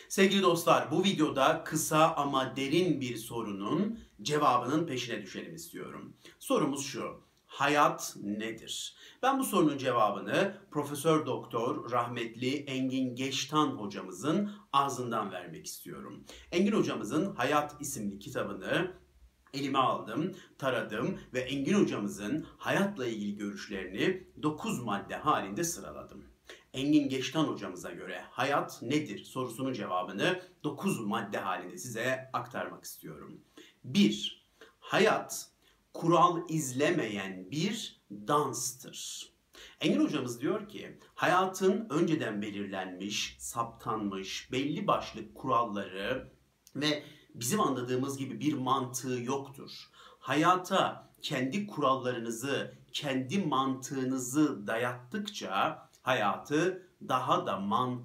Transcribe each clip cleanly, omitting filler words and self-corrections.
Sevgili dostlar, bu videoda kısa ama derin bir sorunun cevabının peşine düşelim istiyorum. Sorumuz şu: hayat nedir? Ben bu sorunun cevabını Profesör Doktor rahmetli Engin Geçtan hocamızın ağzından vermek istiyorum. Engin hocamızın Hayat isimli kitabını elime aldım, taradım ve Engin hocamızın hayatla ilgili görüşlerini 9 madde halinde sıraladım. Engin Geçtan hocamıza göre hayat nedir sorusunun cevabını 9 madde halinde size aktarmak istiyorum. 1. Hayat kural izlemeyen bir danstır. Engin hocamız diyor ki hayatın önceden belirlenmiş, saptanmış, belli başlı kuralları ve bizim anladığımız gibi bir mantığı yoktur. Hayata kendi kurallarınızı, kendi mantığınızı dayattıkça hayatı daha da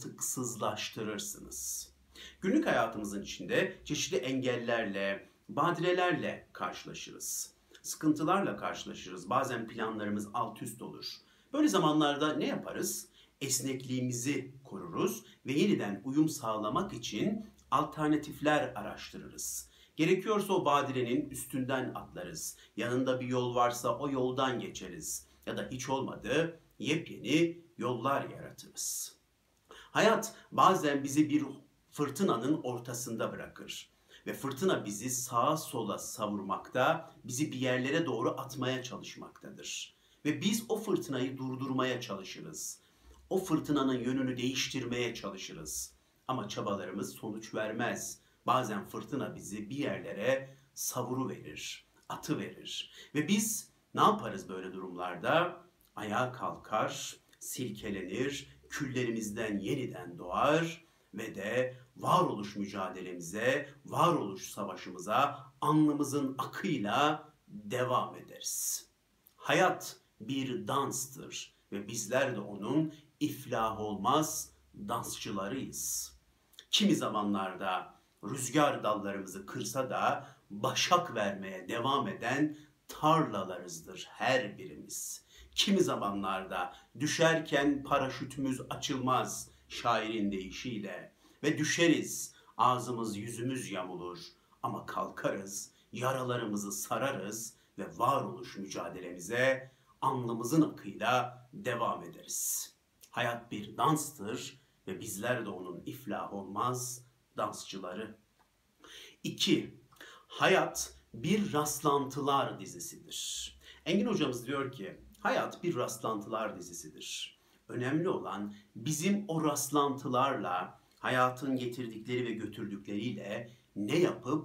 mantıksızlaştırırsınız. Günlük hayatımızın içinde çeşitli engellerle, badirelerle karşılaşırız. Sıkıntılarla karşılaşırız. Bazen planlarımız alt üst olur. Böyle zamanlarda ne yaparız? Esnekliğimizi koruruz ve yeniden uyum sağlamak için alternatifler araştırırız. Gerekiyorsa o badirenin üstünden atlarız. Yanında bir yol varsa o yoldan geçeriz. Ya da hiç olmadı yepyeni yollar yaratırız. Hayat bazen bizi bir fırtınanın ortasında bırakır. Ve fırtına bizi sağa sola savurmakta, bizi bir yerlere doğru atmaya çalışmaktadır. Ve biz o fırtınayı durdurmaya çalışırız. O fırtınanın yönünü değiştirmeye çalışırız. Ama çabalarımız sonuç vermez. Bazen fırtına bizi bir yerlere savuruverir, atıverir. Ve biz ne yaparız böyle durumlarda? Ayağa kalkar, silkelenir, küllerimizden yeniden doğar ve de varoluş mücadelemize, varoluş savaşımıza alnımızın akıyla devam ederiz. Hayat bir danstır ve bizler de onun iflah olmaz dansçılarıyız. Kimi zamanlarda rüzgar dallarımızı kırsa da başak vermeye devam eden tarlalarızdır her birimiz. Kimi zamanlarda düşerken paraşütümüz açılmaz şairin deyişiyle ve düşeriz, ağzımız yüzümüz yamulur ama kalkarız, yaralarımızı sararız ve varoluş mücadelemize alnımızın akıyla devam ederiz. Hayat bir danstır ve bizler de onun iflah olmaz dansçıları. 2. Hayat bir rastlantılar dizisidir. Engin hocamız diyor ki hayat bir rastlantılar dizisidir. Önemli olan bizim o rastlantılarla, hayatın getirdikleri ve götürdükleriyle ne yapıp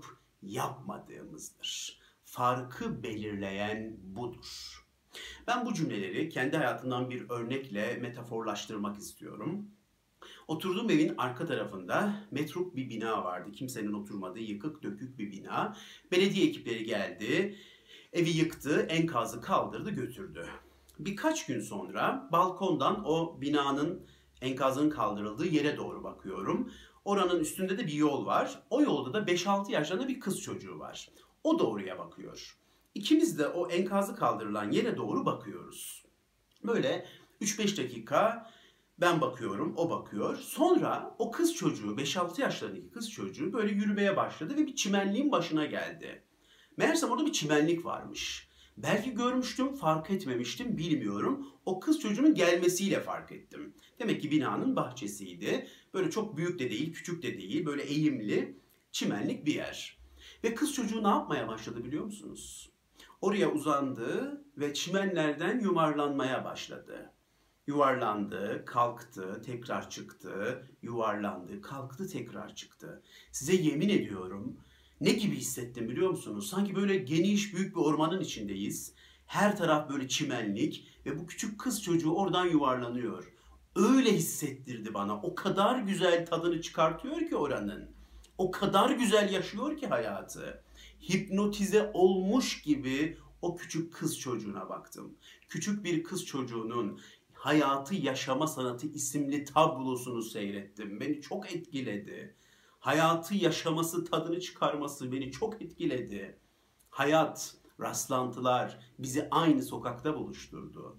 yapmadığımızdır. Farkı belirleyen budur. Ben bu cümleleri kendi hayatımdan bir örnekle metaforlaştırmak istiyorum. Oturduğum evin arka tarafında metruk bir bina vardı. Kimsenin oturmadığı yıkık dökük bir bina. Belediye ekipleri geldi, evi yıktı, enkazı kaldırdı, götürdü. Birkaç gün sonra balkondan o binanın enkazının kaldırıldığı yere doğru bakıyorum. Oranın üstünde de bir yol var. O yolda da 5-6 yaşlarında bir kız çocuğu var. O da oraya bakıyor. İkimiz de o enkazı kaldırılan yere doğru bakıyoruz. Böyle 3-5 dakika ben bakıyorum, o bakıyor. Sonra o kız çocuğu, 5-6 yaşlarındaki kız çocuğu böyle yürümeye başladı ve bir çimenliğin başına geldi. Meğersem orada bir çimenlik varmış. Belki görmüştüm, fark etmemiştim, bilmiyorum. O kız çocuğunun gelmesiyle fark ettim. Demek ki binanın bahçesiydi. Böyle çok büyük de değil, küçük de değil, böyle eğimli, çimenlik bir yer. Ve kız çocuğu ne yapmaya başladı biliyor musunuz? Oraya uzandı ve çimenlerden yuvarlanmaya başladı. Yuvarlandı, kalktı, tekrar çıktı, yuvarlandı, kalktı, tekrar çıktı. Size yemin ediyorum, ne gibi hissettim biliyor musunuz? Sanki böyle geniş, büyük bir ormanın içindeyiz. Her taraf böyle çimenlik ve bu küçük kız çocuğu oradan yuvarlanıyor. Öyle hissettirdi bana. O kadar güzel tadını çıkartıyor ki oranın. O kadar güzel yaşıyor ki hayatı. Hipnotize olmuş gibi o küçük kız çocuğuna baktım. Küçük bir kız çocuğunun Hayatı Yaşama Sanatı isimli tablosunu seyrettim. Beni çok etkiledi. Hayatı yaşaması, tadını çıkarması beni çok etkiledi. Hayat, rastlantılar bizi aynı sokakta buluşturdu.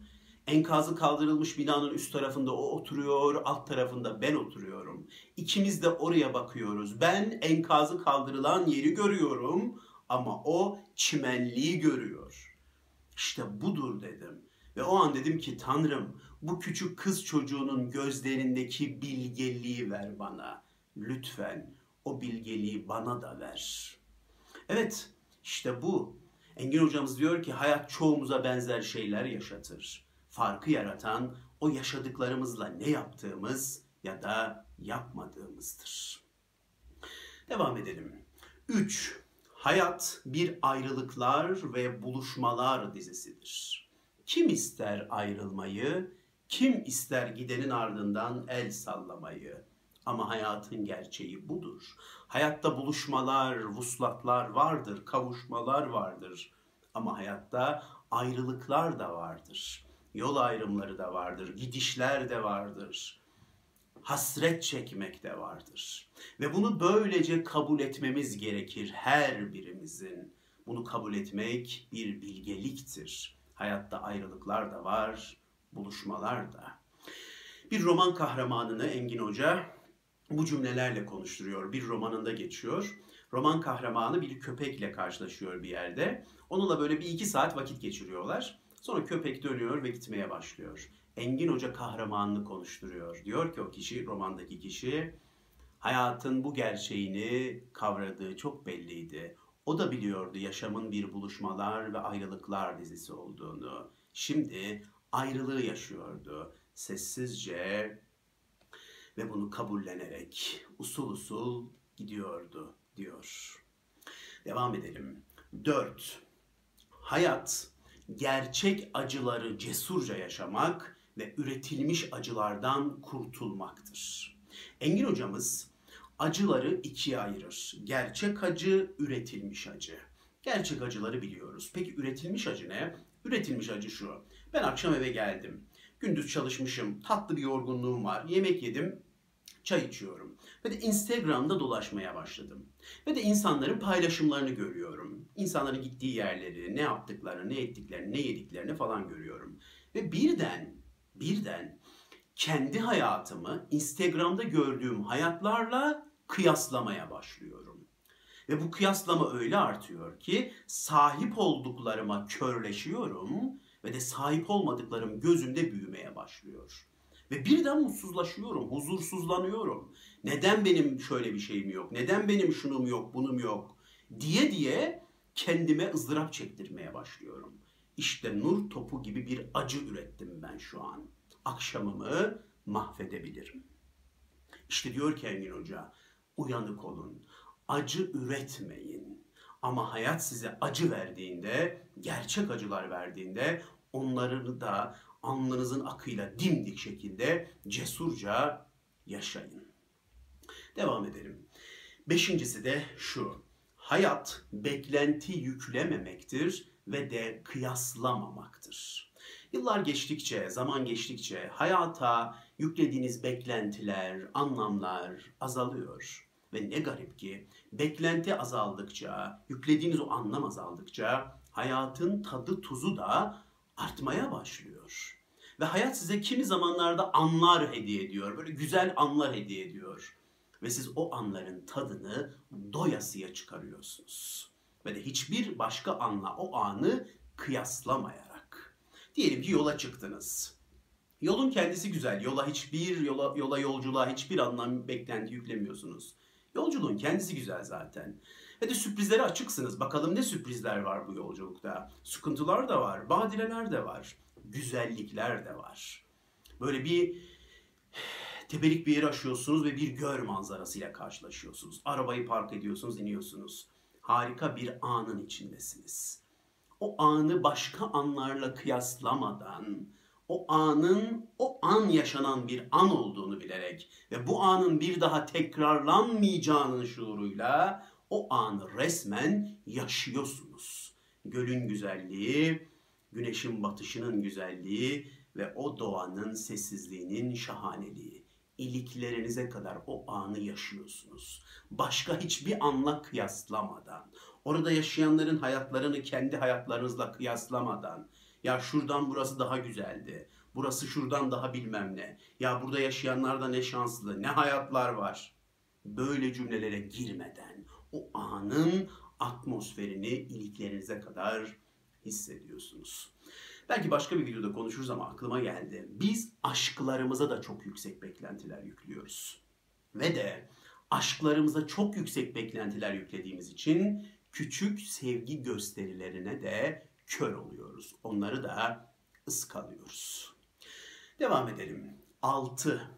Enkazı kaldırılmış binanın üst tarafında o oturuyor, alt tarafında ben oturuyorum. İkimiz de oraya bakıyoruz. Ben enkazı kaldırılan yeri görüyorum ama o çimenliği görüyor. İşte budur dedim. Ve o an dedim ki Tanrım, bu küçük kız çocuğunun gözlerindeki bilgeliği ver bana. Lütfen o bilgeliği bana da ver. Evet, işte bu. Engin hocamız diyor ki hayat çoğumuza benzer şeyler yaşatır. Farkı yaratan o yaşadıklarımızla ne yaptığımız ya da yapmadığımızdır. Devam edelim. 3. Hayat bir ayrılıklar ve buluşmalar dizisidir. Kim ister ayrılmayı, kim ister gidenin ardından el sallamayı? Ama hayatın gerçeği budur. Hayatta buluşmalar, vuslatlar vardır, kavuşmalar vardır. Ama hayatta ayrılıklar da vardır. Yol ayrımları da vardır, gidişler de vardır. Hasret çekmek de vardır. Ve bunu böylece kabul etmemiz gerekir her birimizin. Bunu kabul etmek bir bilgeliktir. Hayatta ayrılıklar da var, buluşmalar da. Bir roman kahramanını Engin Hoca bu cümlelerle konuşturuyor. Bir romanında geçiyor. Roman kahramanı bir köpekle karşılaşıyor bir yerde. Onunla böyle bir 2 saat vakit geçiriyorlar. Sonra köpek dönüyor ve gitmeye başlıyor. Engin Hoca kahramanını konuşturuyor. Diyor ki o kişi, romandaki kişi, hayatın bu gerçeğini kavradığı çok belliydi. O da biliyordu yaşamın bir buluşmalar ve ayrılıklar dizisi olduğunu. Şimdi ayrılığı yaşıyordu. Sessizce ve bunu kabullenerek usul usul gidiyordu diyor. Devam edelim. 4. Hayat gerçek acıları cesurca yaşamak ve üretilmiş acılardan kurtulmaktır. Engin hocamız acıları ikiye ayırır. Gerçek acı, üretilmiş acı. Gerçek acıları biliyoruz. Peki üretilmiş acı ne? Üretilmiş acı şu. Ben akşam eve geldim. Gündüz çalışmışım. Tatlı bir yorgunluğum var. Yemek yedim. Çay içiyorum. Ve de Instagram'da dolaşmaya başladım. Ve de insanların paylaşımlarını görüyorum. İnsanların gittiği yerleri, ne yaptıklarını, ne ettiklerini, ne yediklerini falan görüyorum. Ve birden kendi hayatımı Instagram'da gördüğüm hayatlarla kıyaslamaya başlıyorum. Ve bu kıyaslama öyle artıyor ki sahip olduklarıma körleşiyorum ve de sahip olmadıklarım gözümde büyümeye başlıyor. Ve birden mutsuzlaşıyorum, huzursuzlanıyorum. Neden benim şöyle bir şeyim yok, neden benim şunum yok, bunum yok diye kendime ızdırap çektirmeye başlıyorum. İşte nur topu gibi bir acı ürettim ben şu an. Akşamımı mahvedebilirim. İşte diyor ki Engin Hoca, uyanık olun, acı üretmeyin. Ama hayat size acı verdiğinde, gerçek acılar verdiğinde onları da alnınızın akıyla dimdik şekilde cesurca yaşayın. Devam edelim. 5.'si de şu. Hayat beklenti yüklememektir ve de kıyaslamamaktır. Yıllar geçtikçe, zaman geçtikçe hayata yüklediğiniz beklentiler, anlamlar azalıyor. Ve ne garip ki beklenti azaldıkça, yüklediğiniz o anlam azaldıkça hayatın tadı tuzu da artmaya başlıyor. Ve hayat size kimi zamanlarda anlar hediye ediyor. Böyle güzel anlar hediye ediyor. Ve siz o anların tadını doyasıya çıkarıyorsunuz. Ve de hiçbir başka anla o anı kıyaslamayarak. Diyelim ki yola çıktınız. Yolun kendisi güzel. Yola yolculuğa hiçbir anlam beklenti yüklemiyorsunuz. Yolculuğun kendisi güzel zaten. Ve de sürprizlere açıksınız. Bakalım ne sürprizler var bu yolculukta. Sıkıntılar da var, badireler de var, güzellikler de var. Böyle bir tepelik bir yeri aşıyorsunuz ve bir göl manzarasıyla karşılaşıyorsunuz. Arabayı park ediyorsunuz, iniyorsunuz. Harika bir anın içindesiniz. O anı başka anlarla kıyaslamadan, o an yaşanan bir an olduğunu bilerek ve bu anın bir daha tekrarlanmayacağının şuuruyla o anı resmen yaşıyorsunuz. Gölün güzelliği, güneşin batışının güzelliği ve o doğanın sessizliğinin şahaneliği. İliklerinize kadar o anı yaşıyorsunuz. Başka hiçbir anla kıyaslamadan. Orada yaşayanların hayatlarını kendi hayatlarınızla kıyaslamadan. Ya şuradan burası daha güzeldi. Burası şuradan daha bilmem ne. Ya burada yaşayanlar da ne şanslı, ne hayatlar var. Böyle cümlelere girmeden o anın atmosferini iliklerinize kadar hissediyorsunuz. Belki başka bir videoda konuşuruz ama aklıma geldi. Biz aşklarımıza da çok yüksek beklentiler yüklüyoruz. Ve de aşklarımıza çok yüksek beklentiler yüklediğimiz için küçük sevgi gösterilerine de kör oluyoruz. Onları da ıskalıyoruz. Devam edelim. 6.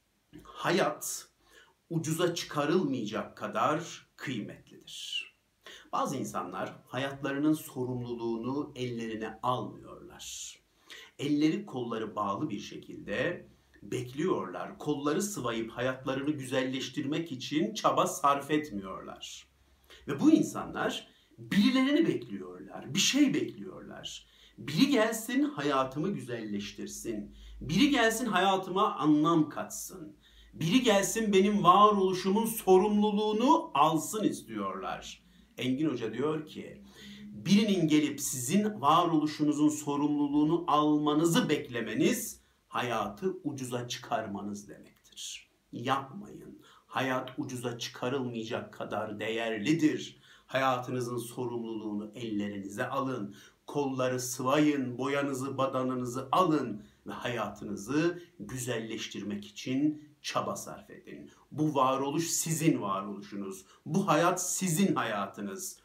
Hayat ucuza çıkarılmayacak kadar kıymetlidir. Bazı insanlar hayatlarının sorumluluğunu ellerine almıyorlar. Elleri kolları bağlı bir şekilde bekliyorlar. Kolları sıvayıp hayatlarını güzelleştirmek için çaba sarf etmiyorlar. Ve bu insanlar birilerini bekliyorlar, bir şey bekliyorlar. Biri gelsin hayatımı güzelleştirsin. Biri gelsin hayatıma anlam katsın. Biri gelsin benim varoluşumun sorumluluğunu alsın istiyorlar. Engin Hoca diyor ki, birinin gelip sizin varoluşunuzun sorumluluğunu almanızı beklemeniz, hayatı ucuza çıkarmanız demektir. Yapmayın. Hayat ucuza çıkarılmayacak kadar değerlidir. Hayatınızın sorumluluğunu ellerinize alın. Kolları sıvayın, boyanızı, badanınızı alın ve hayatınızı güzelleştirmek için çaba sarf edin. Bu varoluş sizin varoluşunuz. Bu hayat sizin hayatınız.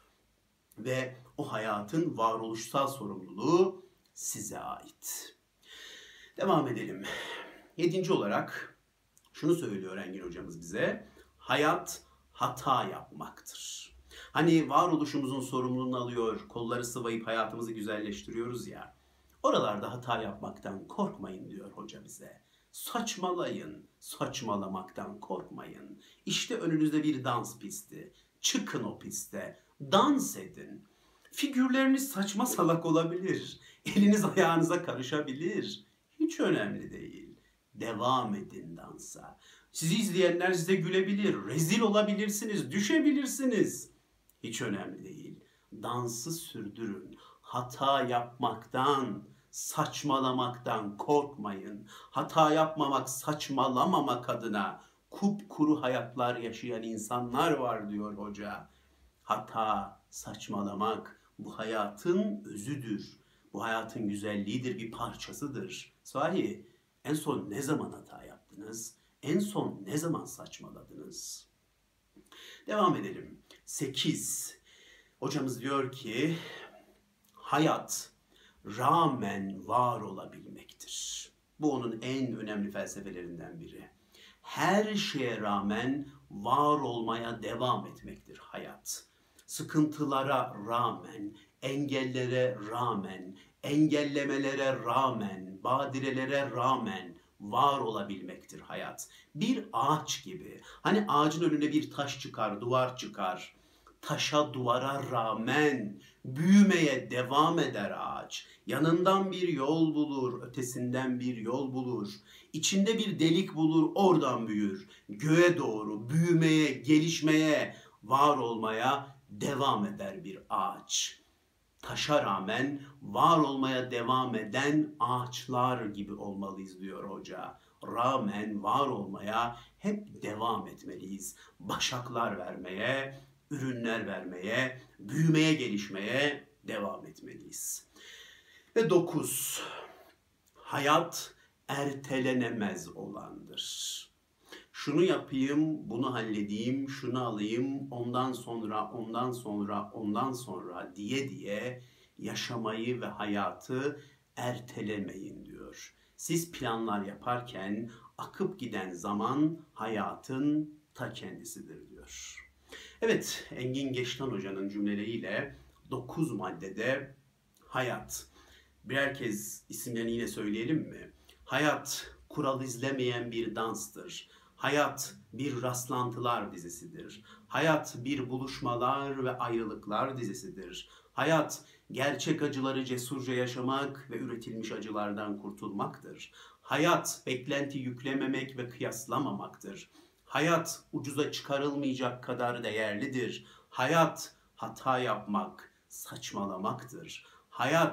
Ve o hayatın varoluşsal sorumluluğu size ait. Devam edelim. 7. olarak şunu söylüyor Engin hocamız bize. Hayat hata yapmaktır. Hani varoluşumuzun sorumluluğunu alıyor, kolları sıvayıp hayatımızı güzelleştiriyoruz ya. Oralarda hata yapmaktan korkmayın diyor hoca bize. Saçmalayın, saçmalamaktan korkmayın. İşte önünüzde bir dans pisti. Çıkın o piste, dans edin. Figürleriniz saçma salak olabilir. Eliniz ayağınıza karışabilir. Hiç önemli değil. Devam edin dansa. Sizi izleyenler size gülebilir, rezil olabilirsiniz, düşebilirsiniz. Hiç önemli değil. Dansı sürdürün. Hata yapmaktan, saçmalamaktan korkmayın. Hata yapmamak, saçmalamamak adına kupkuru hayatlar yaşayan insanlar var diyor hoca. Hata, saçmalamak bu hayatın özüdür. Bu hayatın güzelliğidir, bir parçasıdır. Sahi en son ne zaman hata yaptınız? En son ne zaman saçmaladınız? Devam edelim. 8. Hocamız diyor ki hayat rağmen var olabilmektir. Bu onun en önemli felsefelerinden biri. Her şeye rağmen var olmaya devam etmektir hayat. Sıkıntılara rağmen, engellere rağmen, engellemelere rağmen, badirelere rağmen var olabilmektir hayat. Bir ağaç gibi. Hani ağacın önüne bir taş çıkar, duvar çıkar. Taşa, duvara rağmen büyümeye devam eder ağaç. Yanından bir yol bulur, ötesinden bir yol bulur. İçinde bir delik bulur, oradan büyür. Göğe doğru büyümeye, gelişmeye, var olmaya devam eder bir ağaç. Taşa rağmen var olmaya devam eden ağaçlar gibi olmalıyız diyor hoca. Rağmen var olmaya hep devam etmeliyiz. Başaklar vermeye, ürünler vermeye, büyümeye, gelişmeye devam etmeliyiz. Ve 9. Hayat ertelenemez olandır. Şunu yapayım, bunu halledeyim, şunu alayım, ondan sonra, ondan sonra, ondan sonra diye yaşamayı ve hayatı ertelemeyin diyor. Siz planlar yaparken akıp giden zaman hayatın ta kendisidir diyor. Evet, Engin Geçtan Hoca'nın cümleleriyle 9 maddede hayat. Birer kez isimlerini yine söyleyelim mi? Hayat kural izlemeyen bir danstır. Hayat bir rastlantılar dizisidir. Hayat bir buluşmalar ve ayrılıklar dizisidir. Hayat gerçek acıları cesurca yaşamak ve üretilmiş acılardan kurtulmaktır. Hayat beklenti yüklememek ve kıyaslamamaktır. Hayat ucuza çıkarılmayacak kadar değerlidir. Hayat hata yapmak, saçmalamaktır. Hayat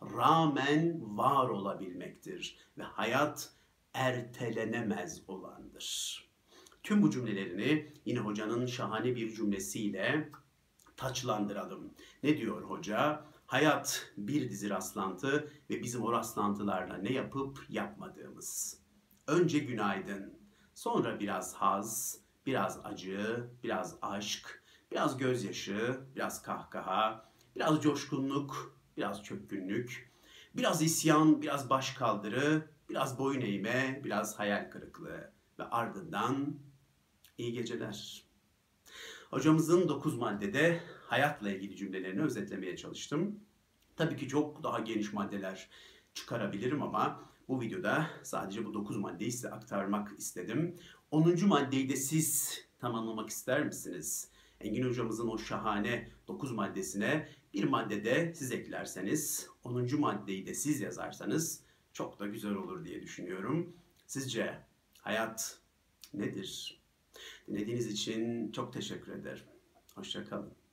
rağmen var olabilmektir ve hayat ertelenemez olandır. Tüm bu cümlelerini yine hocanın şahane bir cümlesiyle taçlandıralım. Ne diyor hoca? Hayat bir dizi rastlantı ve bizim o rastlantılarla ne yapıp yapmadığımız. Önce günaydın, sonra biraz haz, biraz acı, biraz aşk, biraz gözyaşı, biraz kahkaha, biraz coşkunluk, biraz çökkünlük, biraz isyan, biraz başkaldırı, biraz boyun eğme, biraz hayal kırıklığı ve ardından iyi geceler. Hocamızın 9 maddede hayatla ilgili cümlelerini özetlemeye çalıştım. Tabii ki çok daha geniş maddeler çıkarabilirim ama bu videoda sadece bu 9 maddeyi size aktarmak istedim. 10. maddeyi de siz tamamlamak ister misiniz? Engin hocamızın o şahane 9 maddesine bir maddede siz eklerseniz, 10. maddeyi de siz yazarsanız çok da güzel olur diye düşünüyorum. Sizce hayat nedir? Dinlediğiniz için çok teşekkür ederim. Hoşça kalın.